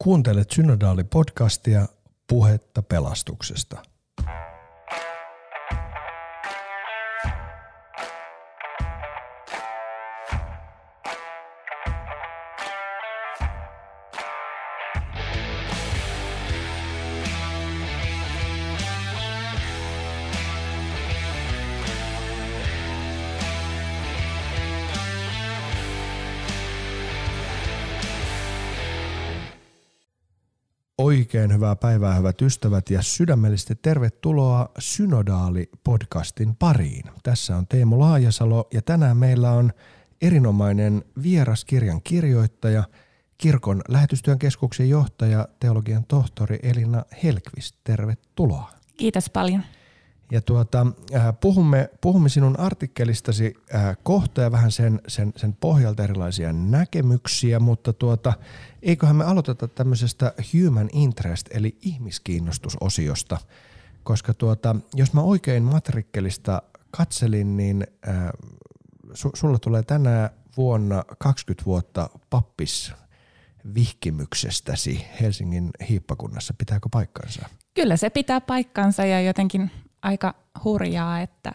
Kuuntelet Synodaali-podcastia Puhetta pelastuksesta. Oikein hyvää päivää, hyvät ystävät, ja sydämellisesti tervetuloa Synodaali-podcastin pariin. Tässä on Teemu Laajasalo, ja tänään meillä on erinomainen vieras kirjan kirjoittaja, kirkon lähetystyön keskuksen johtaja, teologian tohtori Elina Hellqvist. Tervetuloa. Kiitos paljon. Ja puhumme sinun artikkelistasi kohta ja vähän sen pohjalta erilaisia näkemyksiä, mutta eiköhän me aloiteta tämmöisestä human interest eli ihmiskiinnostusosiosta, koska jos mä oikein matrikkelista katselin, niin sulla tulee tänä vuonna 20 vuotta pappisvihkimyksestäsi Helsingin hiippakunnassa. Pitääkö paikkansa? Kyllä se pitää paikkansa ja jotenkin aika hurjaa, että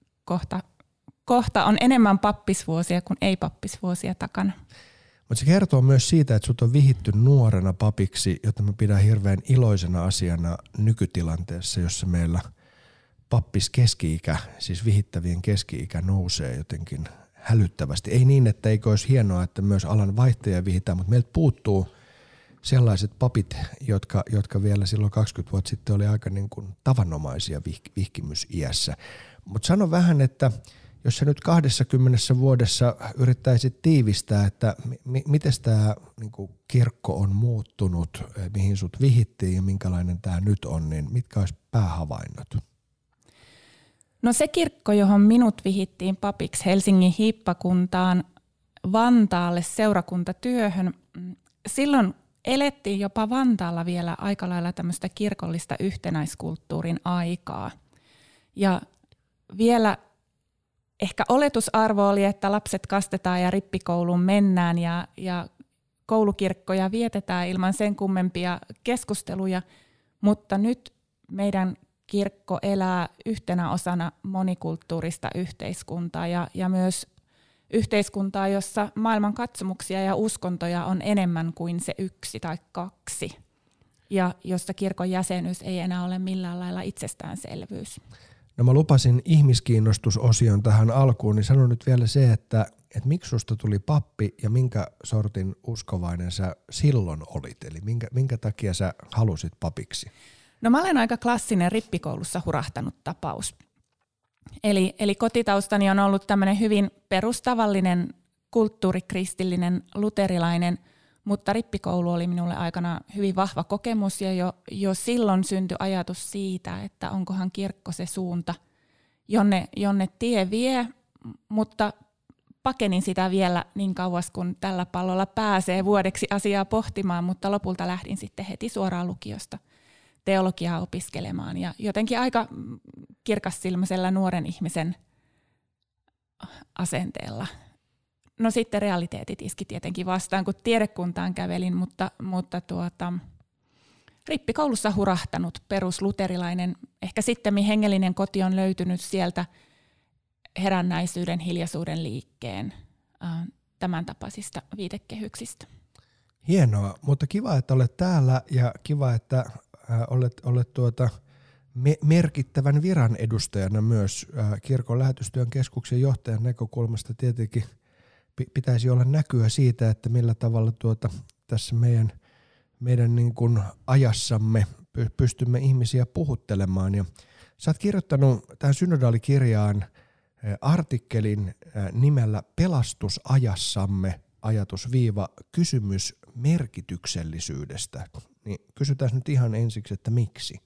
kohta on enemmän pappisvuosia kuin ei-pappisvuosia takana. Mutta se kertoo myös siitä, että sut on vihitty nuorena papiksi, jota mä pidän hirveän iloisena asiana nykytilanteessa, jossa meillä pappiskeski-ikä, siis vihittävien keski-ikä nousee jotenkin hälyttävästi. Ei niin, että eikö olisi hienoa, että myös alan vaihtajia vihitään, mutta meiltä puuttuu sellaiset papit, jotka vielä silloin 20 vuotta sitten oli aika niin kuin tavanomaisia vihkimysiässä. Mutta sano vähän, että jos sä nyt 20 vuodessa yrittäisit tiivistää, että miten tämä niin kuin kirkko on muuttunut, mihin sut vihittiin ja minkälainen tämä nyt on, niin mitkä olisi päähavainnot? No se kirkko, johon minut vihittiin papiksi Helsingin hiippakuntaan Vantaalle seurakuntatyöhön, silloin elettiin jopa Vantaalla vielä aika lailla tämmöistä kirkollista yhtenäiskulttuurin aikaa. Ja vielä ehkä oletusarvo oli, että lapset kastetaan ja rippikouluun mennään ja koulukirkkoja vietetään ilman sen kummempia keskusteluja, mutta nyt meidän kirkko elää yhtenä osana monikulttuurista yhteiskuntaa ja myös yhteiskuntaa, jossa maailman katsomuksia ja uskontoja on enemmän kuin se 1 tai 2, ja jossa kirkon jäsenyys ei enää ole millään lailla itsestäänselvyys. No mä lupasin ihmiskiinnostusosion tähän alkuun, niin sano nyt vielä se, että miksi susta tuli pappi ja minkä sortin uskovainen sä silloin olit, eli minkä takia sä halusit papiksi? No mä olen aika klassinen rippikoulussa hurahtanut tapaus. Eli kotitaustani on ollut tämmöinen hyvin perustavallinen kulttuurikristillinen luterilainen, mutta rippikoulu oli minulle aikana hyvin vahva kokemus ja jo silloin syntyi ajatus siitä, että onkohan kirkko se suunta, jonne tie vie, mutta pakenin sitä vielä niin kauas, kun tällä pallolla pääsee vuodeksi asiaa pohtimaan, mutta lopulta lähdin sitten heti suoraan lukiosta teologiaa opiskelemaan ja jotenkin aika kirkassilmäisellä nuoren ihmisen asenteella. No sitten realiteetit iski tietenkin vastaan, kun tiedekuntaan kävelin, mutta rippikoulussa hurahtanut perusluterilainen, ehkä sitten hengellinen koti on löytynyt sieltä herännäisyyden, hiljaisuuden liikkeen, tämän tapaisista viitekehyksistä. Hienoa, mutta kiva, että olet täällä ja kiva, että olet merkittävän viran edustajana myös kirkon lähetystyön keskuksen johtajan näkökulmasta. Tietenkin pitäisi olla näkyä siitä, että millä tavalla tässä meidän niin kuin ajassamme pystymme ihmisiä puhuttelemaan. Ja sä oot kirjoittanut tähän Synodaali-kirjaan artikkelin nimellä Pelastusajassamme kysymys merkityksellisyydestä. Niin kysytään nyt ihan ensiksi, että miksi?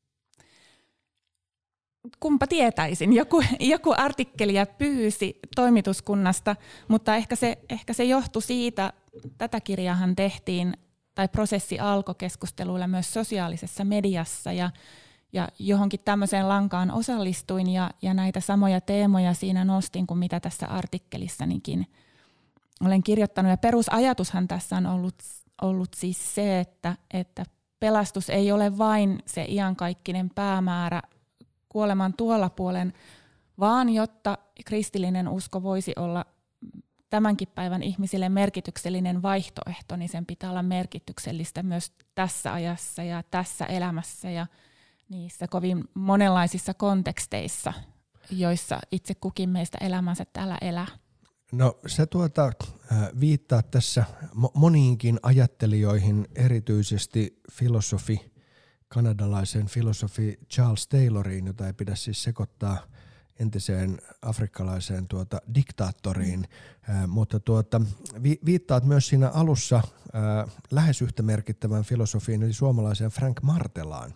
Kumpa tietäisin. Joku artikkelia pyysi toimituskunnasta, mutta ehkä se johtui siitä, tätä kirjaahan tehtiin, tai prosessi alkoi keskusteluilla myös sosiaalisessa mediassa, ja johonkin tämmöiseen lankaan osallistuin, ja näitä samoja teemoja siinä nostin kuin mitä tässä artikkelissanikin olen kirjoittanut. Ja perusajatushan tässä on ollut siis se, että pelastus ei ole vain se iankaikkinen päämäärä kuoleman tuolla puolen, vaan jotta kristillinen usko voisi olla tämänkin päivän ihmisille merkityksellinen vaihtoehto, niin sen pitää olla merkityksellistä myös tässä ajassa ja tässä elämässä ja niissä kovin monenlaisissa konteksteissa, joissa itse kukin meistä elämänsä täällä elää. No sä viittaat tässä moniinkin ajattelijoihin, erityisesti kanadalaisen filosofi Charles Tayloriin, jota ei pidä siis sekoittaa entiseen afrikkalaiseen diktaattoriin, mutta viittaat myös siinä alussa lähes yhtä merkittävän filosofiin, eli suomalaiseen Frank Martelaan,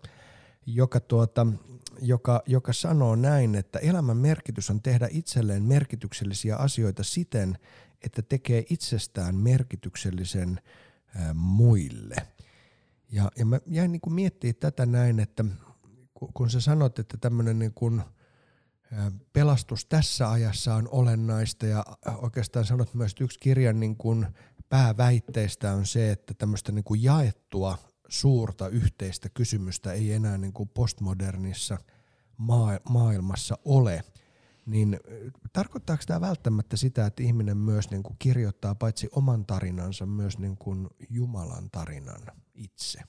joka sanoo näin, että elämän merkitys on tehdä itselleen merkityksellisiä asioita siten, että tekee itsestään merkityksellisen muille. Ja mä jäin niin kuin miettimään tätä näin, että kun sä sanot, että tämmöinen niin kuin pelastus tässä ajassa on olennaista ja oikeastaan sanot myös, että yksi kirjan niin kuin pääväitteistä on se, että tämmöistä niin kuin jaettua suurta yhteistä kysymystä ei enää niin kuin postmodernissa maailmassa ole, niin tarkoittaako tämä välttämättä sitä, että ihminen myös niin kuin kirjoittaa paitsi oman tarinansa, myös niin kuin Jumalan tarinan itse?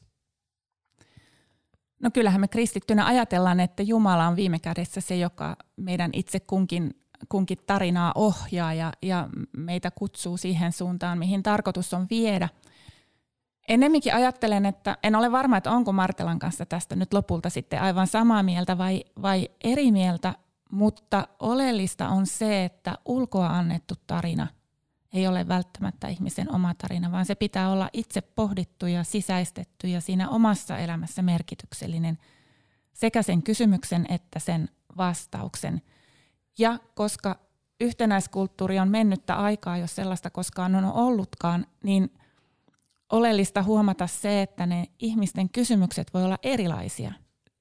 No kyllähän me kristittynä ajatellaan, että Jumala on viime kädessä se, joka meidän itse kunkin tarinaa ohjaa ja meitä kutsuu siihen suuntaan, mihin tarkoitus on viedä. Ennemminkin ajattelen, että en ole varma, että onko Martelan kanssa tästä nyt lopulta sitten aivan samaa mieltä vai eri mieltä, mutta oleellista on se, että ulkoa annettu tarina ei ole välttämättä ihmisen oma tarina, vaan se pitää olla itse pohdittu ja sisäistetty ja siinä omassa elämässä merkityksellinen sekä sen kysymyksen että sen vastauksen. Ja koska yhtenäiskulttuuri on mennyttä aikaa, jos sellaista koskaan on ollutkaan, niin oleellista huomata se, että ne ihmisten kysymykset voi olla erilaisia.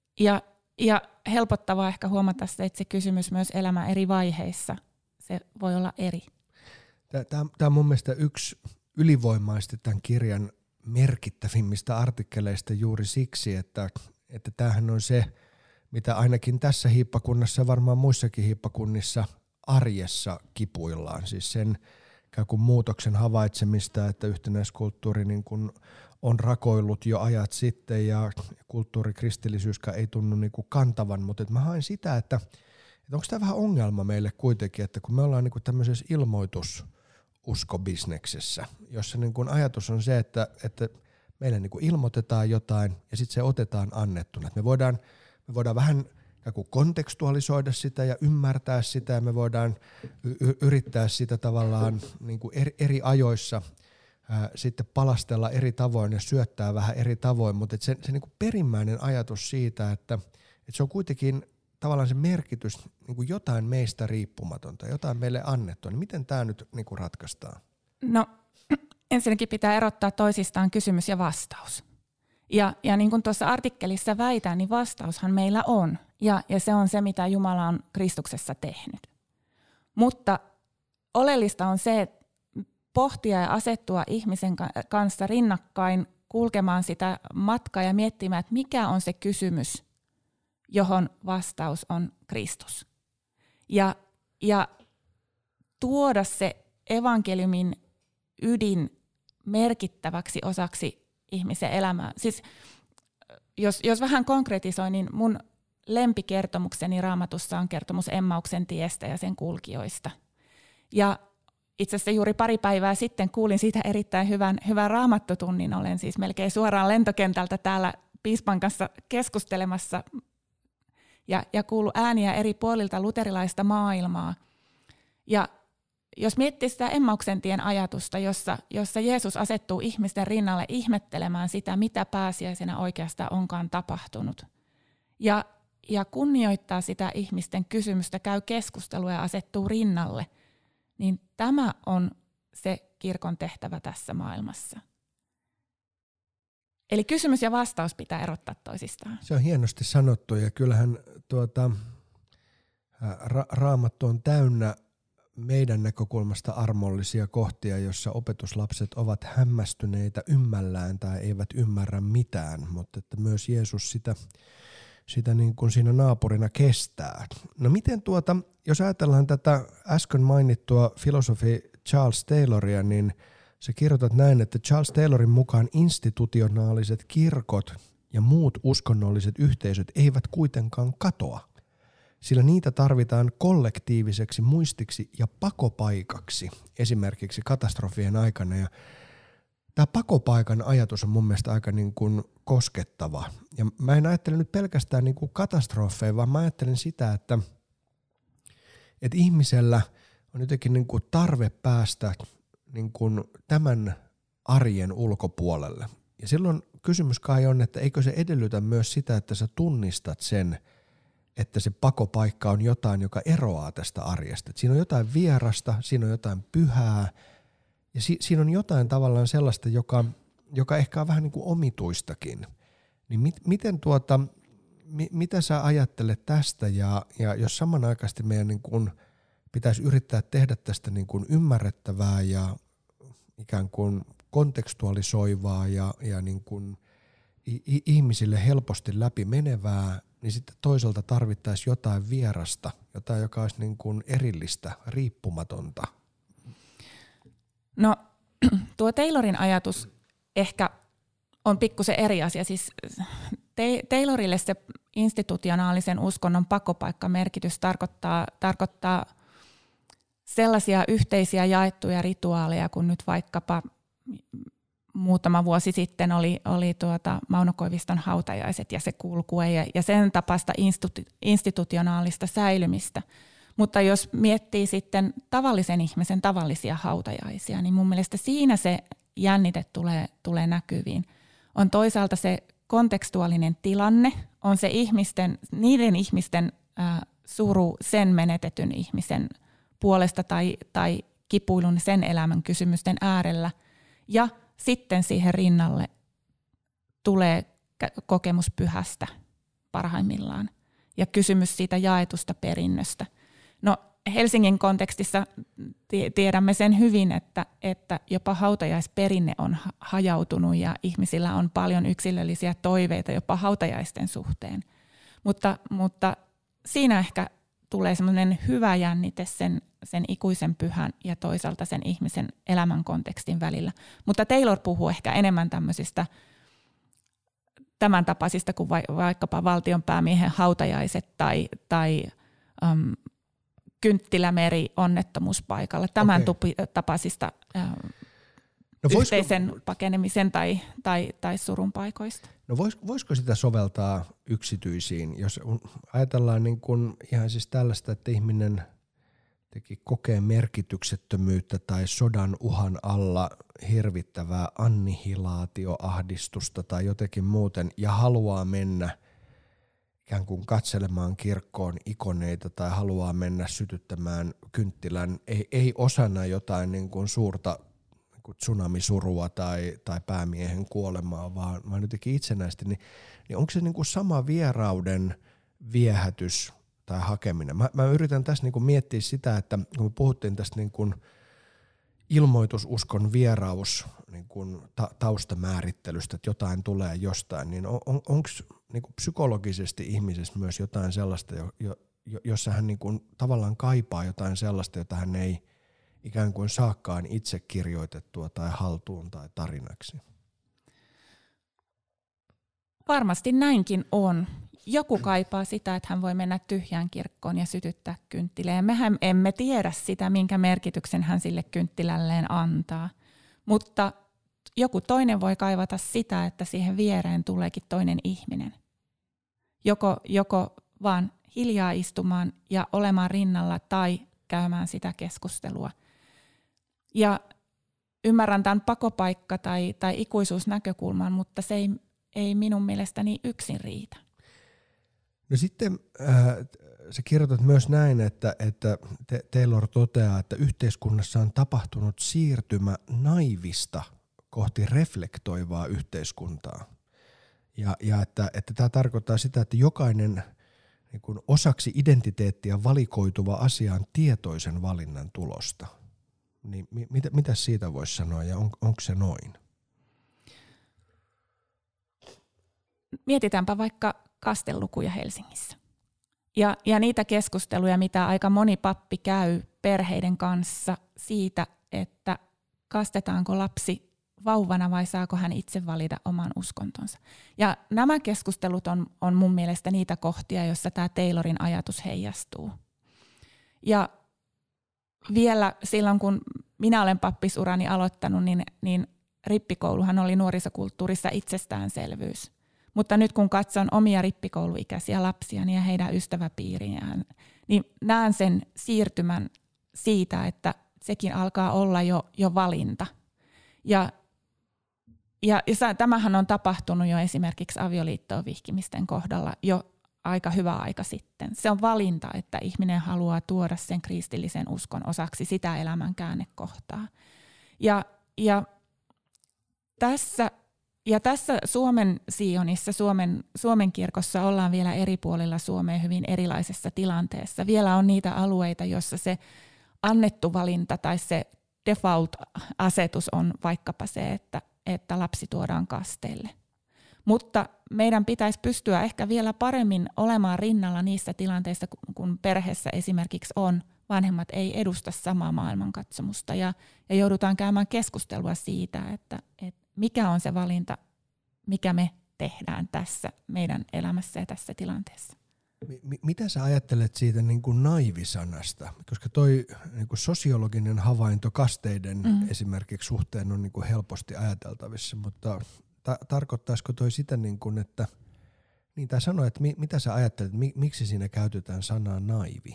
Ja helpottavaa ehkä huomata se, että se kysymys myös elämän eri vaiheissa, se voi olla eri. Tämä on mun mielestä yksi ylivoimaisesti tämän kirjan merkittävimmistä artikkeleista juuri siksi, että tämähän on se, mitä ainakin tässä hiippakunnassa ja varmaan muissakin hiippakunnissa arjessa kipuillaan. Siis sen kuin muutoksen havaitsemista, että yhtenäiskulttuuri niin kuin on rakoillut jo ajat sitten ja kulttuurikristillisyyskään ei tunnu niin kuin kantavan, mutta mä haen sitä, että onko tämä vähän ongelma meille kuitenkin, että kun me ollaan niin kuin tämmöisessä ilmoitususkobisneksessä, jossa niin kuin ajatus on se, että meille niin kuin ilmoitetaan jotain ja sitten se otetaan annettuna. Että me voidaan vähän kontekstualisoida sitä ja ymmärtää sitä ja me voidaan yrittää sitä tavallaan niin kuin eri ajoissa sitten palastella eri tavoin ja syöttää vähän eri tavoin, mutta se niin kuin perimmäinen ajatus siitä, että se on kuitenkin tavallaan se merkitys niin kuin jotain meistä riippumatonta, jotain meille annettua, niin miten tämä nyt niin kuin ratkaistaan? No ensinnäkin pitää erottaa toisistaan kysymys ja vastaus. Ja niin kuin tuossa artikkelissa väitän, niin vastaushan meillä on. Ja se on se, mitä Jumala on Kristuksessa tehnyt. Mutta oleellista on se, että pohtia ja asettua ihmisen kanssa rinnakkain kulkemaan sitä matkaa ja miettimään, että mikä on se kysymys, johon vastaus on Kristus. Ja tuoda se evankeliumin ydin merkittäväksi osaksi ihmisen elämää. Siis jos vähän konkretisoin, niin mun lempikertomukseni Raamatussa on kertomus Emmauksen tiestä ja sen kulkijoista. Ja itse asiassa juuri pari päivää sitten kuulin siitä erittäin hyvän raamattotunnin. Olen siis melkein suoraan lentokentältä täällä piispan kanssa keskustelemassa ja kuulu ääniä eri puolilta luterilaista maailmaa. Ja jos miettii sitä Emmauksen tien ajatusta, jossa Jeesus asettuu ihmisten rinnalle ihmettelemään sitä, mitä pääsiäisenä oikeastaan onkaan tapahtunut. Ja kunnioittaa sitä ihmisten kysymystä, käy keskustelua ja asettuu rinnalle, niin tämä on se kirkon tehtävä tässä maailmassa. Eli kysymys ja vastaus pitää erottaa toisistaan. Se on hienosti sanottu ja kyllähän Raamattu on täynnä meidän näkökulmasta armollisia kohtia, jossa opetuslapset ovat hämmästyneitä ymmällään tai eivät ymmärrä mitään, mutta että myös Jeesus sitä niin kuin siinä naapurina kestää. No miten jos ajatellaan tätä äsken mainittua filosofi Charles Tayloria, niin sä kirjoitat näin, että Charles Taylorin mukaan institutionaaliset kirkot ja muut uskonnolliset yhteisöt eivät kuitenkaan katoa, sillä niitä tarvitaan kollektiiviseksi muistiksi ja pakopaikaksi esimerkiksi katastrofien aikana. Ja tämä pakopaikan ajatus on mun mielestä aika niin kuin koskettava. Ja mä en ajattele nyt pelkästään niin kuin katastrofeja, vaan mä ajattelen sitä, että ihmisellä on jotenkin niin kuin tarve päästä niin kuin tämän arjen ulkopuolelle. Ja silloin kysymys kai on, että eikö se edellytä myös sitä, että sä tunnistat sen, että se pakopaikka on jotain, joka eroaa tästä arjesta. Että siinä on jotain vierasta, siinä on jotain pyhää ja siinä on jotain tavallaan sellaista, joka ehkä on vähän niin kuin omituistakin. Niin miten mitä sä ajattelet tästä ja jos samanaikaisesti meidän niin kuin pitäisi yrittää tehdä tästä niin kuin ymmärrettävää ja ikään kuin kontekstualisoivaa ja niin kuin ihmisille helposti läpi menevää, niin sitten toisaalta tarvittaisiin jotain vierasta, jotain, joka olisi niin kuin erillistä, riippumatonta. No tuo Taylorin ajatus ehkä on pikkusen eri asia. Siis Taylorille se institutionaalisen uskonnon pakopaikkamerkitys tarkoittaa sellaisia yhteisiä jaettuja rituaaleja, kun nyt vaikkapa muutama vuosi sitten oli Mauno Koiviston hautajaiset ja se kulkue ja sen tapaista institutionaalista säilymistä. Mutta jos miettii sitten tavallisen ihmisen tavallisia hautajaisia, niin mun mielestä siinä se jännite tulee näkyviin. On toisaalta se kontekstuaalinen tilanne, on se niiden ihmisten suru sen menetetyn ihmisen puolesta tai kipuilun sen elämän kysymysten äärellä. Ja sitten siihen rinnalle tulee kokemus pyhästä parhaimmillaan ja kysymys siitä jaetusta perinnöstä. No Helsingin kontekstissa tiedämme sen hyvin, että jopa hautajaisperinne on hajautunut ja ihmisillä on paljon yksilöllisiä toiveita jopa hautajaisten suhteen. Mutta siinä ehkä tulee semmoinen hyvä jännite sen ikuisen pyhän ja toisaalta sen ihmisen elämän kontekstin välillä. Mutta Taylor puhuu ehkä enemmän tämmöisistä tämän tapaisista kuin vaikkapa valtionpäämiehen hautajaiset tai Kynttilämeri onnettomuuspaikalla. Tämän tapaisista yhteisen pakenemisen tai surun paikoista. No voisiko sitä soveltaa yksityisiin, jos ajatellaan niin kuin ihan siis tällaista, että ihminen kokee merkityksettömyyttä tai sodan uhan alla hirvittävää annihilaatioahdistusta tai jotenkin muuten ja haluaa mennä ikään kuin katselemaan kirkkoon ikoneita tai haluaa mennä sytyttämään kynttilän, ei osana jotain niin kuin suurta tsunamisurua tai päämiehen kuolemaa, vaan jotenkin itsenäisesti, niin onko se niin kuin sama vierauden viehätys tai hakeminen? Mä yritän tässä niin kuin miettiä sitä, että kun me puhuttiin tästä niin kuin ilmoitususkon vieraus niin kuin taustamäärittelystä, että jotain tulee jostain, niin onko niin kuin psykologisesti ihmisessä myös jotain sellaista, jossa hän niin kuin tavallaan kaipaa jotain sellaista, jota hän ei ikään kuin saakkaan itse kirjoitettua tai haltuun tai tarinaksi? Varmasti näinkin on. Joku kaipaa sitä, että hän voi mennä tyhjään kirkkoon ja sytyttää kynttilää. Ja mehän emme tiedä sitä, minkä merkityksen hän sille kynttilälleen antaa. Mutta joku toinen voi kaivata sitä, että siihen viereen tuleekin toinen ihminen. Joko vaan hiljaa istumaan ja olemaan rinnalla tai käymään sitä keskustelua. Ja ymmärrän tämän pakopaikka- tai ikuisuusnäkökulman, mutta se ei minun mielestäni yksin riitä. No sitten sä kirjoitat myös näin, että Taylor toteaa, että yhteiskunnassa on tapahtunut siirtymä naivista kohti reflektoivaa yhteiskuntaa. Ja että tämä tarkoittaa sitä, että jokainen niin kuin osaksi identiteettiä valikoituva asia on tietoisen valinnan tulosta. Niin mitä siitä voisi sanoa ja onko se noin? Mietitäänpä vaikka kastelukuja Helsingissä. Ja niitä keskusteluja, mitä aika moni pappi käy perheiden kanssa siitä, että kastetaanko lapsi vauvana vai saako hän itse valita oman uskontonsa. Ja nämä keskustelut on mun mielestä niitä kohtia, joissa tämä Taylorin ajatus heijastuu. Ja vielä silloin, kun minä olen pappisurani aloittanut, niin rippikouluhan oli nuorisokulttuurissa itsestäänselvyys. Mutta nyt kun katson omia rippikouluikäisiä lapsiani ja heidän ystäväpiiriään, niin näen sen siirtymän siitä, että sekin alkaa olla jo valinta. Ja tämähän on tapahtunut jo esimerkiksi avioliittoon vihkimisten kohdalla jo aika hyvä aika sitten. Se on valinta, että ihminen haluaa tuoda sen kristillisen uskon osaksi sitä elämän käännekohtaa. Ja tässä Suomen Sionissa, Suomen kirkossa ollaan vielä eri puolilla Suomea hyvin erilaisessa tilanteessa. Vielä on niitä alueita, joissa se annettu valinta tai se default-asetus on vaikkapa se, että lapsi tuodaan kasteelle. Mutta meidän pitäisi pystyä ehkä vielä paremmin olemaan rinnalla niissä tilanteissa, kun perheessä esimerkiksi vanhemmat ei edusta samaa maailmankatsomusta ja joudutaan käymään keskustelua siitä, että mikä on se valinta, mikä me tehdään tässä meidän elämässä ja tässä tilanteessa. Mitä sä ajattelet siitä niin kuin naivisanasta? Koska toi niin kuin sosiologinen havainto kasteiden esimerkiksi suhteen on niin kuin helposti ajateltavissa, mutta tarkoittaisiko toi sitä, niin kuin, että tai sanoa, että mitä sä ajattelet, miksi siinä käytetään sanaa naivi?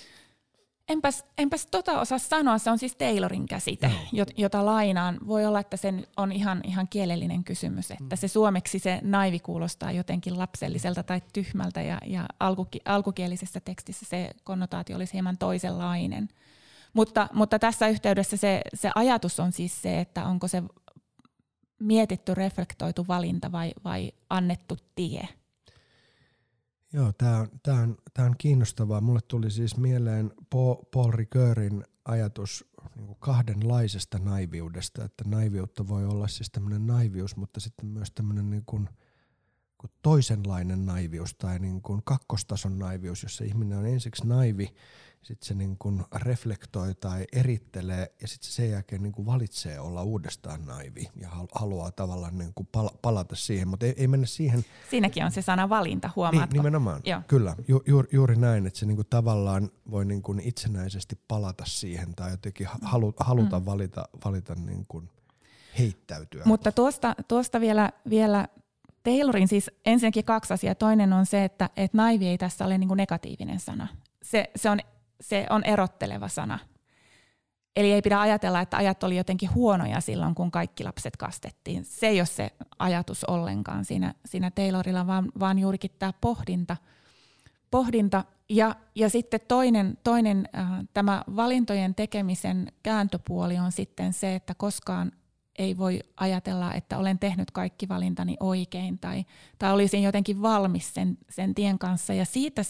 Enpäs osaa sanoa, se on siis Taylorin käsite, jota lainaan. Voi olla, että se on ihan kielellinen kysymys, että se suomeksi se naivi kuulostaa jotenkin lapselliselta tai tyhmältä ja alkukielisessä tekstissä se konnotaatio olisi hieman toisenlainen. Mutta tässä yhteydessä se ajatus on siis se, että onko se mietitty, reflektoitu valinta vai annettu tie. Joo, tämä on kiinnostavaa. Mulle tuli siis mieleen Paul Ricoeurin ajatus niin kuin kahdenlaisesta naiviudesta, että naiviutta voi olla siis tämmöinen naivius, mutta sitten myös tämmöinen niin kuin toisenlainen naivius tai niin kuin kakkostason naivius, jossa ihminen on ensiksi naivi, sitten se niin kuin reflektoi tai erittelee ja sitten se sen jälkeen niin kuin valitsee olla uudestaan naivi ja haluaa tavallaan niin kuin palata siihen, mutta ei mennä siihen. Siinäkin on se sana valinta, huomaatko? Niin, nimenomaan, joo. Kyllä, juuri näin, että se niin kuin tavallaan voi niin kuin itsenäisesti palata siihen tai jotenkin haluta valita niin kuin heittäytyä. Mutta tuosta vielä Taylorin siis ensinnäkin kaksi asiaa. Toinen on se, että naivi ei tässä ole niin kuin negatiivinen sana. Se on erotteleva sana. Eli ei pidä ajatella, että ajat oli jotenkin huonoja silloin, kun kaikki lapset kastettiin. Se ei ole se ajatus ollenkaan siinä Taylorilla, vaan juurikin tämä pohdinta. Ja sitten toinen tämä valintojen tekemisen kääntöpuoli on sitten se, että koskaan ei voi ajatella, että olen tehnyt kaikki valintani oikein tai olisin jotenkin valmis sen tien kanssa. Ja siitä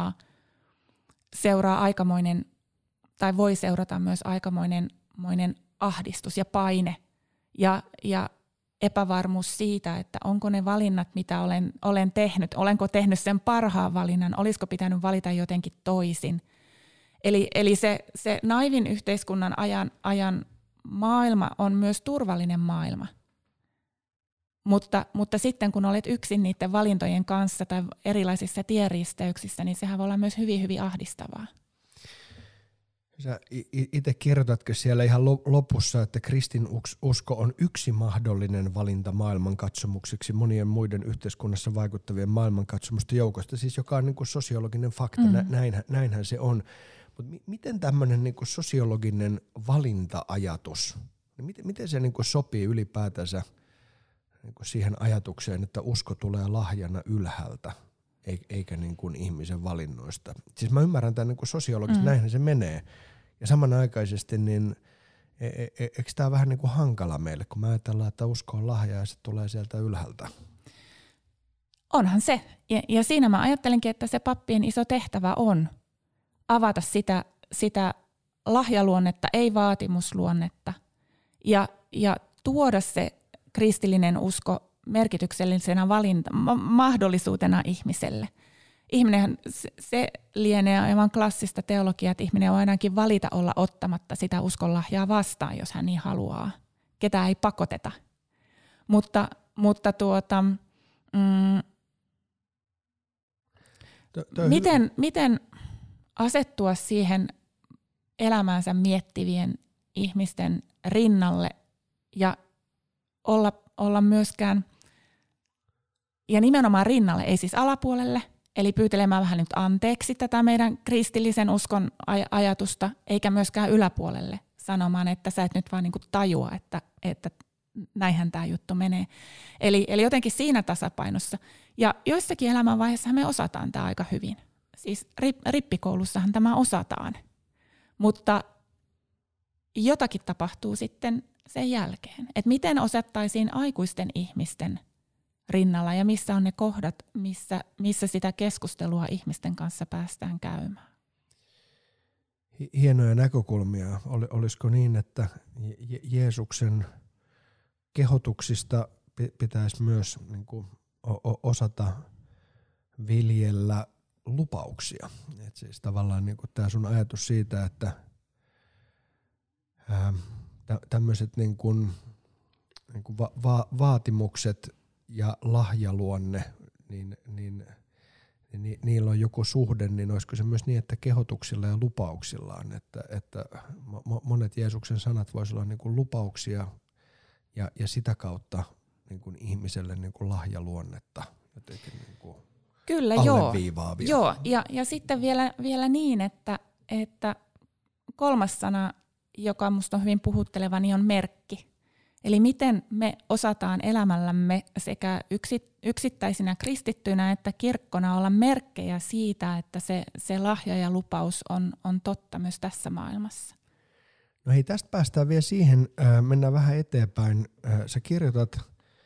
seuraa aikamoinen, tai voi seurata myös aikamoinen ahdistus ja paine ja epävarmuus siitä, että onko ne valinnat, mitä olen tehnyt, olenko tehnyt sen parhaan valinnan, olisiko pitänyt valita jotenkin toisin. Eli se naivin yhteiskunnan ajan maailma on myös turvallinen maailma. Mutta sitten kun olet yksin niiden valintojen kanssa tai erilaisissa tienristeyksissä, niin sehän voi olla myös hyvin, hyvin ahdistavaa. Sä itse kirjoitatko siellä ihan lopussa, että kristinusko on yksi mahdollinen valinta maailmankatsomuksiksi monien muiden yhteiskunnassa vaikuttavien maailmankatsomusten joukosta, siis joka on niin kuin sosiologinen fakta, näinhän se on. Mutta miten tämmöinen niin kuin sosiologinen valinta-ajatus, niin miten se niin kuin sopii ylipäätänsä niin kuin siihen ajatukseen, että usko tulee lahjana ylhäältä, eikä niin kuin ihmisen valinnoista? Siis mä ymmärrän tämän niin kuin sosiologisesti, näinhän se menee. Ja samanaikaisesti, niin eikö tämä vähän niin kuin hankala meille, kun me ajatellaan, että usko on lahja ja se tulee sieltä ylhäältä? Onhan se. Ja siinä mä ajattelenkin, että se pappien iso tehtävä on avata sitä lahjaluonnetta, ei vaatimusluonnetta, ja tuoda se kristillinen usko merkityksellisenä mahdollisuutena ihmiselle. Ihminenhän, se lienee aivan klassista teologiaa, että ihminen on ainakin valita olla ottamatta sitä uskonlahjaa vastaan, jos hän niin haluaa. Ketään ei pakoteta. Mutta miten asettua siihen elämäänsä miettivien ihmisten rinnalle ja olla myöskään, ja nimenomaan rinnalle, ei siis alapuolelle, eli pyytelemään vähän nyt anteeksi tätä meidän kristillisen uskon ajatusta, eikä myöskään yläpuolelle sanomaan, että sä et nyt vaan niinku tajua, että näinhän tämä juttu menee. Eli jotenkin siinä tasapainossa. Ja joissakin elämänvaiheissa me osataan tämä aika hyvin. Siis rippikoulussahan tämä osataan. Mutta jotakin tapahtuu sitten sen jälkeen. Että miten osattaisiin aikuisten ihmisten rinnalla ja missä on ne kohdat, missä sitä keskustelua ihmisten kanssa päästään käymään. Hienoja näkökulmia. Olisiko niin, että Jeesuksen kehotuksista pitäisi myös niin kuin osata viljellä lupauksia. Et siis tavallaan niin kuin tämä sun ajatus siitä, että tämmöiset niin kuin vaatimukset ja lahjaluonne, niin niillä on joku suhde, niin olisiko se myös niin, että kehotuksilla ja lupauksillaan, että monet Jeesuksen sanat voisivat olla niin kuin lupauksia ja sitä kautta niin kuin ihmiselle niin kuin lahjaluonnetta jotenkin niin kuin kyllä, alleviivaavia. Joo. Ja sitten vielä niin, että kolmas sana, joka minusta on hyvin puhutteleva, niin on merkki. Eli miten me osataan elämällämme sekä yksittäisinä kristittyinä että kirkkona olla merkkejä siitä, että se lahja ja lupaus on totta myös tässä maailmassa. No hei, tästä päästään vielä siihen, mennään vähän eteenpäin. Sä kirjoitat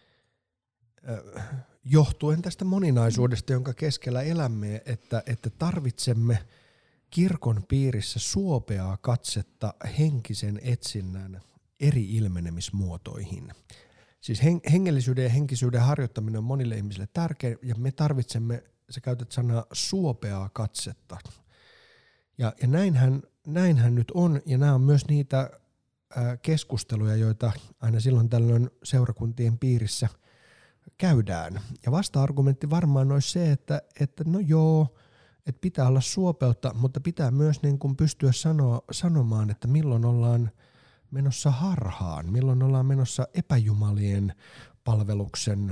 johtuen tästä moninaisuudesta, jonka keskellä elämme, että tarvitsemme kirkon piirissä suopeaa katsetta henkisen etsinnän eri ilmenemismuotoihin. Siis hengellisyyden ja henkisyyden harjoittaminen on monille ihmisille tärkeä, ja me tarvitsemme, sä käytät sanaa, suopeaa katsetta. Ja näinhän nyt on, ja nämä on myös niitä keskusteluja, joita aina silloin tällöin seurakuntien piirissä käydään. Ja vasta-argumentti varmaan olisi se, että no joo, että pitää olla suopeutta, mutta pitää myös niin kuin pystyä sanomaan, että milloin ollaan menossa harhaan, milloin ollaan menossa epäjumalien palveluksen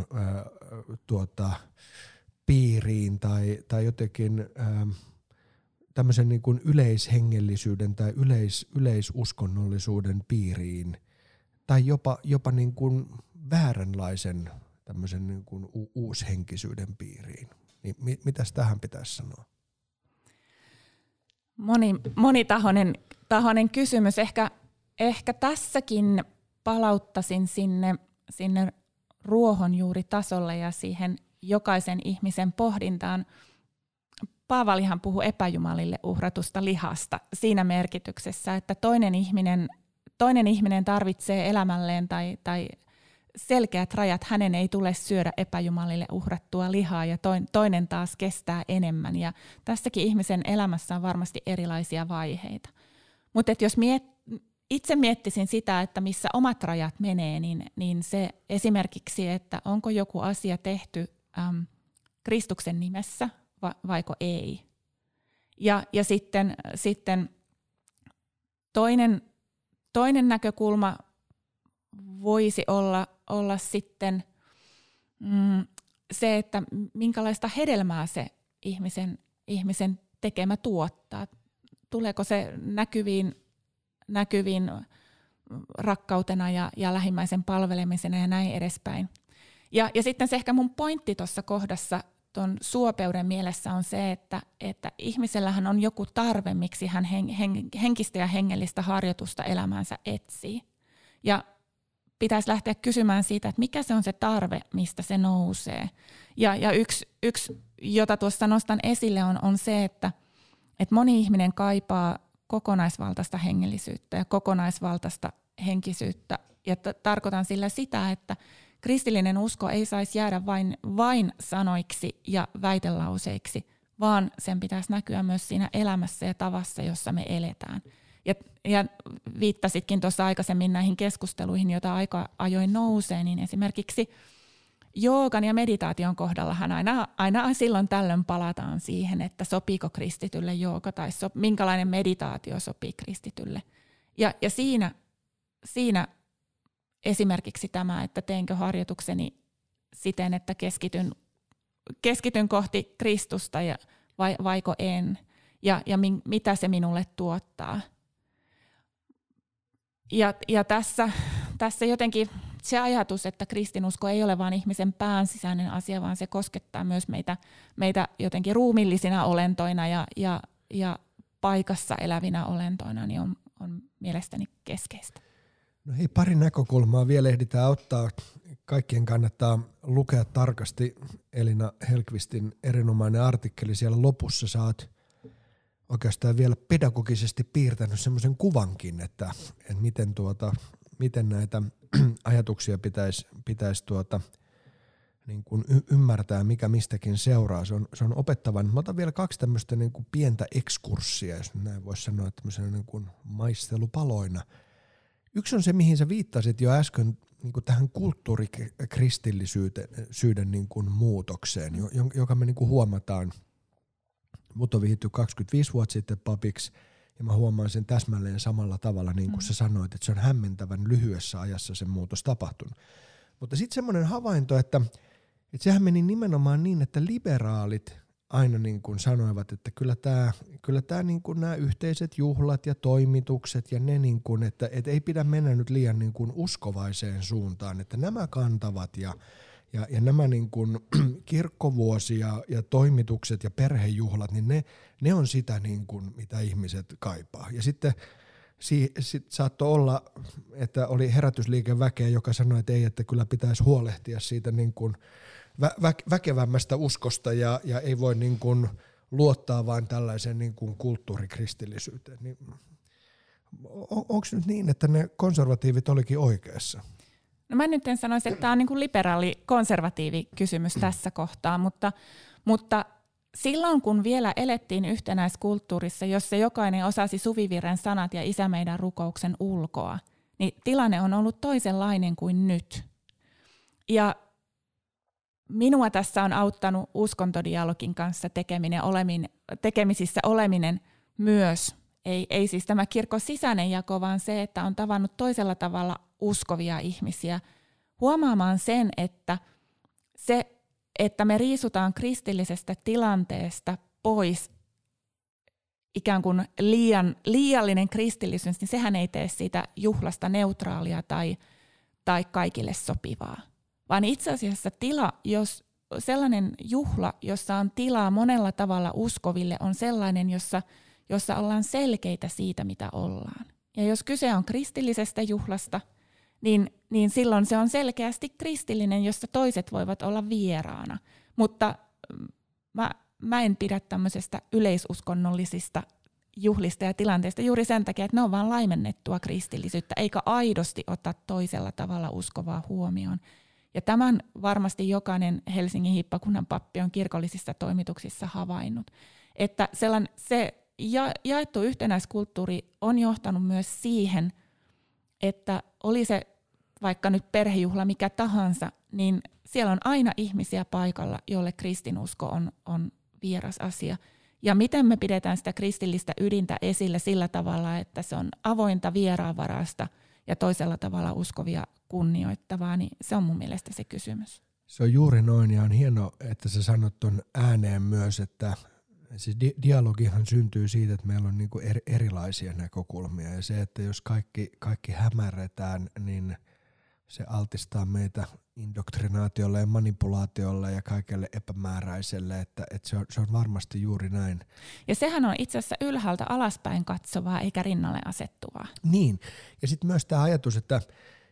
piiriin tai jotenkin tämmöisen niin kuin yleishengellisyyden tai yleisuskonnollisuuden piiriin tai jopa niin kuin vääränlaisen tämmöisen niin kuin uushenkisyyden piiriin. Niin mitäs tähän pitäisi sanoa? Monitahoinen kysymys. Ehkä tässäkin palauttaisin sinne ruohonjuuritasolle ja siihen jokaisen ihmisen pohdintaan. Paavalihan puhui epäjumalille uhratusta lihasta siinä merkityksessä, että toinen ihminen tarvitsee elämälleen tai selkeät rajat, hänen ei tule syödä epäjumalille uhrattua lihaa ja toinen taas kestää enemmän. Ja tässäkin ihmisen elämässä on varmasti erilaisia vaiheita. Mutta jos itse miettisin sitä, että missä omat rajat menee, niin se esimerkiksi, että onko joku asia tehty Kristuksen nimessä vaiko ei. Ja sitten toinen näkökulma voisi olla sitten se, että minkälaista hedelmää se ihmisen tekemä tuottaa. Tuleeko se näkyviin rakkautena ja lähimmäisen palvelemisena ja näin edespäin. Ja sitten se ehkä mun pointti tuossa kohdassa tuon suopeuden mielessä on se, että ihmisellähän on joku tarve, miksi hän henkistä ja hengellistä harjoitusta elämäänsä etsii. Ja pitäisi lähteä kysymään siitä, että mikä se on se tarve, mistä se nousee. Ja yksi jota tuossa nostan esille, on se, että moni ihminen kaipaa kokonaisvaltaista hengellisyyttä ja kokonaisvaltaista henkisyyttä. Ja tarkoitan sillä sitä, että kristillinen usko ei saisi jäädä vain sanoiksi ja väitelauseiksi, vaan sen pitäisi näkyä myös siinä elämässä ja tavassa, jossa me eletään. Ja viittasitkin tuossa aikaisemmin näihin keskusteluihin, joita aika ajoin nousee, niin esimerkiksi joogan ja meditaation kohdallahan aina silloin tällöin palataan siihen, että sopiiko kristitylle jooga tai minkälainen meditaatio sopii kristitylle. Ja siinä esimerkiksi tämä, että teenkö harjoitukseni siten, että keskityn kohti Kristusta vaiko en, ja mitä se minulle tuottaa. Ja tässä jotenkin se ajatus, että kristinusko ei ole vain ihmisen pään sisäinen asia, vaan se koskettaa myös meitä jotenkin ruumillisina olentoina ja paikassa elävinä olentoina, niin on mielestäni keskeistä. No hei, pari näkökulmaa vielä ehditään ottaa. Kaikkien kannattaa lukea tarkasti Elina Hellqvistin erinomainen artikkeli. Siellä lopussa sä oot oikeastaan vielä pedagogisesti piirtänyt semmoisen kuvankin, että miten näitä ajatuksia pitäisi niin kuin ymmärtää, mikä mistäkin seuraa. Se on opettavan. Mä otan vielä 2 tämmöistä niin kuin pientä ekskurssia, jos näin voisi sanoa, tämmöisenä niin kuin maistelupaloina. Yksi on se, mihin sä viittasit jo äsken, niin kuin tähän kulttuurikristillisyyden niin kuin muutokseen, joka me niin kuin huomataan. Mut on vihitty 25 vuotta sitten papiksi, ja mä huomaan sen täsmälleen samalla tavalla, niin kuin sä sanoit, että se on hämmentävän lyhyessä ajassa se muutos tapahtunut. Mutta sitten semmoinen havainto, että sehän meni nimenomaan niin, että liberaalit aina niin kuin sanoivat, että kyllä tämä niin kuin nämä yhteiset juhlat ja toimitukset ja ne niin kuin, että ei pidä mennä nyt liian niin kuin uskovaiseen suuntaan, että nämä kantavat ja nämä niin kuin kirkkovuosi ja toimitukset ja perhejuhlat, niin ne on sitä niin kuin, mitä ihmiset kaipaa. Ja sitten saattoi olla, että oli herätysliikeväkeä, joka sanoi, että ei, että kyllä pitäisi huolehtia siitä niin kuin väkevämmästä uskosta ja ei voi niin kuin luottaa vain tällaiseen niin kuin kulttuurikristillisyyteen. Niin, onko nyt niin, että ne konservatiivit olikin oikeassa? No mä nyt en sanoisi, että tämä on niin kuin liberaali-konservatiivi kysymys tässä kohtaa, mutta silloin kun vielä elettiin yhtenäiskulttuurissa, jossa jokainen osasi Suvivirren sanat ja Isä meidän rukouksen ulkoa, niin tilanne on ollut toisenlainen kuin nyt. Ja minua tässä on auttanut uskontodialogin kanssa tekemisissä oleminen myös. Ei siis tämä kirkon sisäinen jako, vaan se, että on tavannut toisella tavalla uskovia ihmisiä huomaamaan sen, että me riisutaan kristillisestä tilanteesta pois ikään kuin liiallinen kristillisyys, niin sehän ei tee siitä juhlasta neutraalia tai kaikille sopivaa. Vaan itse asiassa sellainen juhla, jossa on tilaa monella tavalla uskoville, on sellainen, jossa ollaan selkeitä siitä, mitä ollaan. Ja jos kyse on kristillisestä juhlasta, niin silloin se on selkeästi kristillinen, jossa toiset voivat olla vieraana. Mutta mä en pidä tämmöisestä yleisuskonnollisista juhlista ja tilanteista juuri sen takia, että ne on vaan laimennettua kristillisyyttä, eikä aidosti ota toisella tavalla uskovaa huomioon. Ja tämän varmasti jokainen Helsingin hiippakunnan pappi on kirkollisissa toimituksissa havainnut, että se jaettu yhtenäiskulttuuri on johtanut myös siihen, että oli se vaikka nyt perhejuhla mikä tahansa, niin siellä on aina ihmisiä paikalla, joille kristinusko on vieras asia. Ja miten me pidetään sitä kristillistä ydintä esillä sillä tavalla, että se on avointa, vieraanvaraista ja toisella tavalla uskovia kunnioittavaa, niin se on mun mielestä se kysymys. Se on juuri noin, ja on hieno, että sä sanot ton ääneen myös, että siis dialogihan syntyy siitä, että meillä on niinku erilaisia näkökulmia, ja se, että jos kaikki hämärretään, niin se altistaa meitä indoktrinaatiolle ja manipulaatiolle ja kaikelle epämääräiselle, että se on varmasti juuri näin. Ja sehän on itse asiassa ylhäältä alaspäin katsovaa eikä rinnalle asettuvaa. Niin, ja sitten myös tämä ajatus, että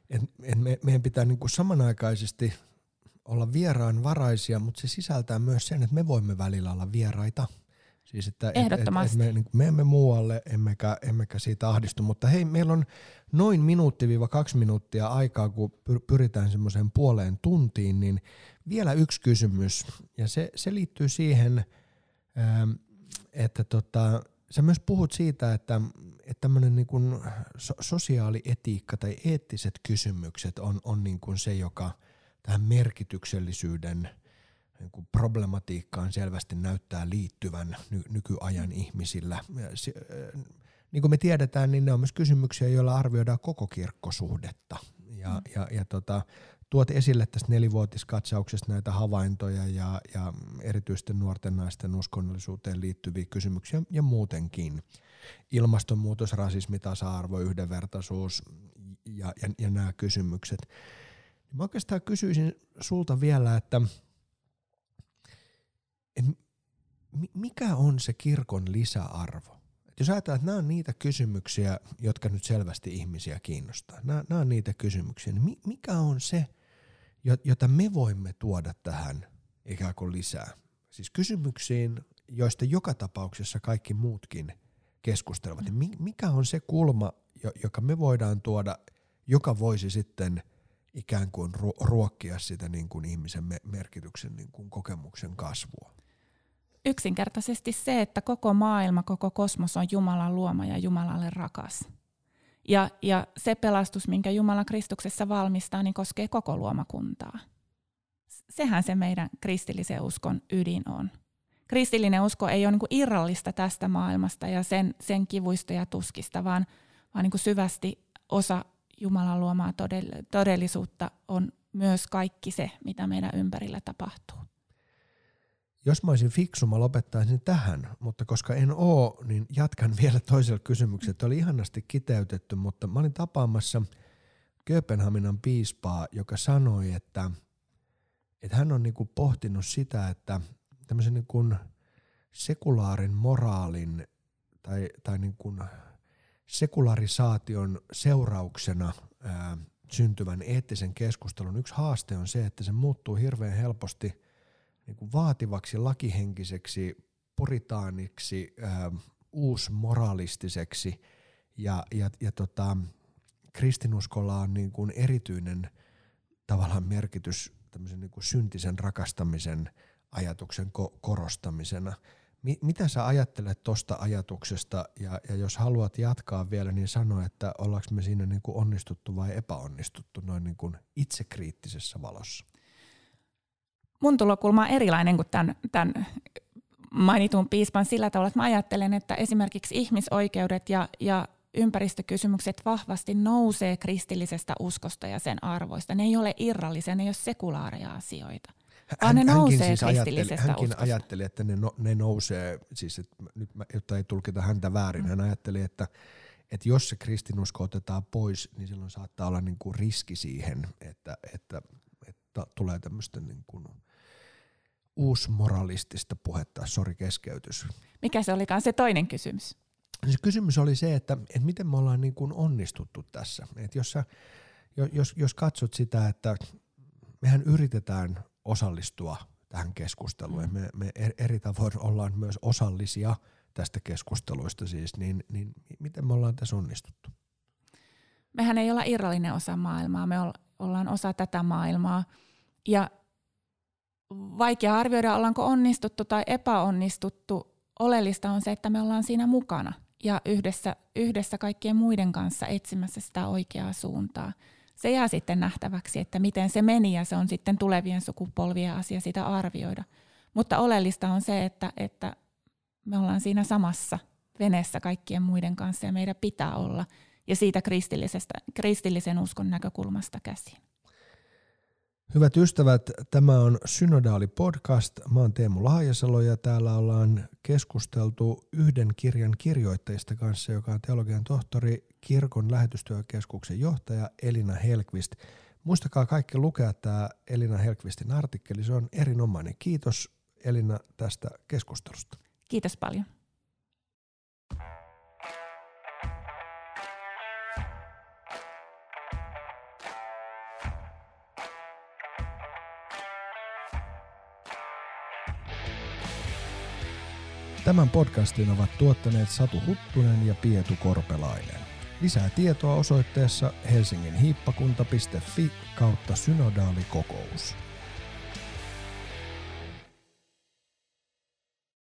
meidän pitää niin kuin samanaikaisesti olla vieraanvaraisia, mutta se sisältää myös sen, että me voimme välillä olla vieraita. Siis että Ehdottomasti. me emme muualle, emmekä siitä ahdistu, mutta hei, meillä on noin 1–2 minuuttia aikaa, kun pyritään semmoiseen puoleen tuntiin, niin vielä yksi kysymys, ja se liittyy siihen, että sä myös puhut siitä, että tämmöinen niin kuin sosiaalietiikka tai eettiset kysymykset on niin kuin se, joka tähän merkityksellisyyden niin kuin problematiikkaan selvästi näyttää liittyvän nykyajan ihmisillä. Niin kuin me tiedetään, niin ne on myös kysymyksiä, joilla arvioidaan koko kirkkosuhdetta. Ja tuot esille tästä 4-vuotiskatsauksesta näitä havaintoja ja erityisesti nuorten naisten uskonnollisuuteen liittyviä kysymyksiä ja muutenkin. Ilmastonmuutos, rasismi, tasa-arvo, yhdenvertaisuus ja nämä kysymykset. Mä oikeastaan kysyisin sulta vielä, että mikä on se kirkon lisäarvo? Et jos ajatellaan, että nämä on niitä kysymyksiä, jotka nyt selvästi ihmisiä kiinnostaa. Nämä on niitä kysymyksiä. Niin mikä on se, jota me voimme tuoda tähän ikään kuin lisää? Siis kysymyksiin, joista joka tapauksessa kaikki muutkin keskustelevat. Mikä on se kulma, joka me voidaan tuoda, joka voisi sitten ikään kuin ruokkia sitä niin kuin ihmisen merkityksen niin kuin kokemuksen kasvua? Yksinkertaisesti se, että koko maailma, koko kosmos on Jumalan luoma ja Jumalalle rakas. Ja se pelastus, minkä Jumala Kristuksessa valmistaa, niin koskee koko luomakuntaa. Sehän se meidän kristillisen uskon ydin on. Kristillinen usko ei ole niin kuin irrallista tästä maailmasta ja sen kivuista ja tuskista, vaan niin kuin syvästi osa Jumalan luomaa todellisuutta on myös kaikki se, mitä meidän ympärillä tapahtuu. Jos mä olisin fiksu, mä lopettaisin tähän, mutta koska en oo, niin jatkan vielä toisella kysymyksellä. Tämä oli ihanasti kiteytetty, mutta mä olin tapaamassa Kööpenhaminan piispaa, joka sanoi, että hän on niinku pohtinut sitä, että tämmöisen niinku sekulaarin moraalin tai niinku sekularisaation seurauksena syntyvän eettisen keskustelun yksi haaste on se, että se muuttuu hirveän helposti niin kuin vaativaksi, lakihenkiseksi, puritaaniksi, uusmoralistiseksi ja kristinuskolla on niin kuin erityinen tavallaan merkitys tämmöisen niin kuin syntisen rakastamisen ajatuksen korostamisena. Mitä sä ajattelet tuosta ajatuksesta ja jos haluat jatkaa vielä, niin sano, että ollaanko me siinä niin kuin onnistuttu vai epäonnistuttu noin niin kuin itsekriittisessä valossa? Mun tulokulma on erilainen kuin tämän mainitun piispan sillä tavalla, että mä ajattelen, että esimerkiksi ihmisoikeudet ja ympäristökysymykset vahvasti nousee kristillisestä uskosta ja sen arvoista. Ne ei ole irrallisia, ne ei ole sekulaareja asioita, vaan ne nousee siis kristillisestä uskosta. Hänkin ajatteli, että ne nousee, siis että nyt jotta ei tulkita häntä väärin, hän ajatteli, että jos se kristinusko otetaan pois, niin silloin saattaa olla niin kuin riski siihen, että tulee tämmöistä niin kuin uusmoralistista puhetta, keskeytys. Mikä se olikaan se toinen kysymys? Se kysymys oli se, että miten me ollaan niin kuin onnistuttu tässä. Että jos katsot sitä, että mehän yritetään osallistua tähän keskusteluun, me eri tavoin ollaan myös osallisia tästä keskusteluista siis, niin miten me ollaan tässä onnistuttu? Mehän ei olla irrallinen osa maailmaa, me ollaan osa tätä maailmaa ja vaikea arvioida, ollaanko onnistuttu tai epäonnistuttu. Oleellista on se, että me ollaan siinä mukana ja yhdessä kaikkien muiden kanssa etsimässä sitä oikeaa suuntaa. Se jää sitten nähtäväksi, että miten se meni ja se on sitten tulevien sukupolvien asia sitä arvioida. Mutta oleellista on se, että me ollaan siinä samassa veneessä kaikkien muiden kanssa ja meidän pitää olla ja siitä kristillisen uskon näkökulmasta käsin. Hyvät ystävät, tämä on Synodaali podcast. Mä oon Teemu Laajasalo ja täällä ollaan keskusteltu yhden kirjan kirjoittajista kanssa, joka on teologian tohtori, kirkon lähetystyökeskuksen johtaja Elina Hellqvist. Muistakaa kaikki lukea tämä Elina Hellqvistin artikkeli, se on erinomainen. Kiitos Elina tästä keskustelusta. Kiitos paljon. Tämän podcastin ovat tuottaneet Satu Huttunen ja Pietu Korpelainen. Lisää tietoa osoitteessa helsinginhiippakunta.fi/synodaalikokous.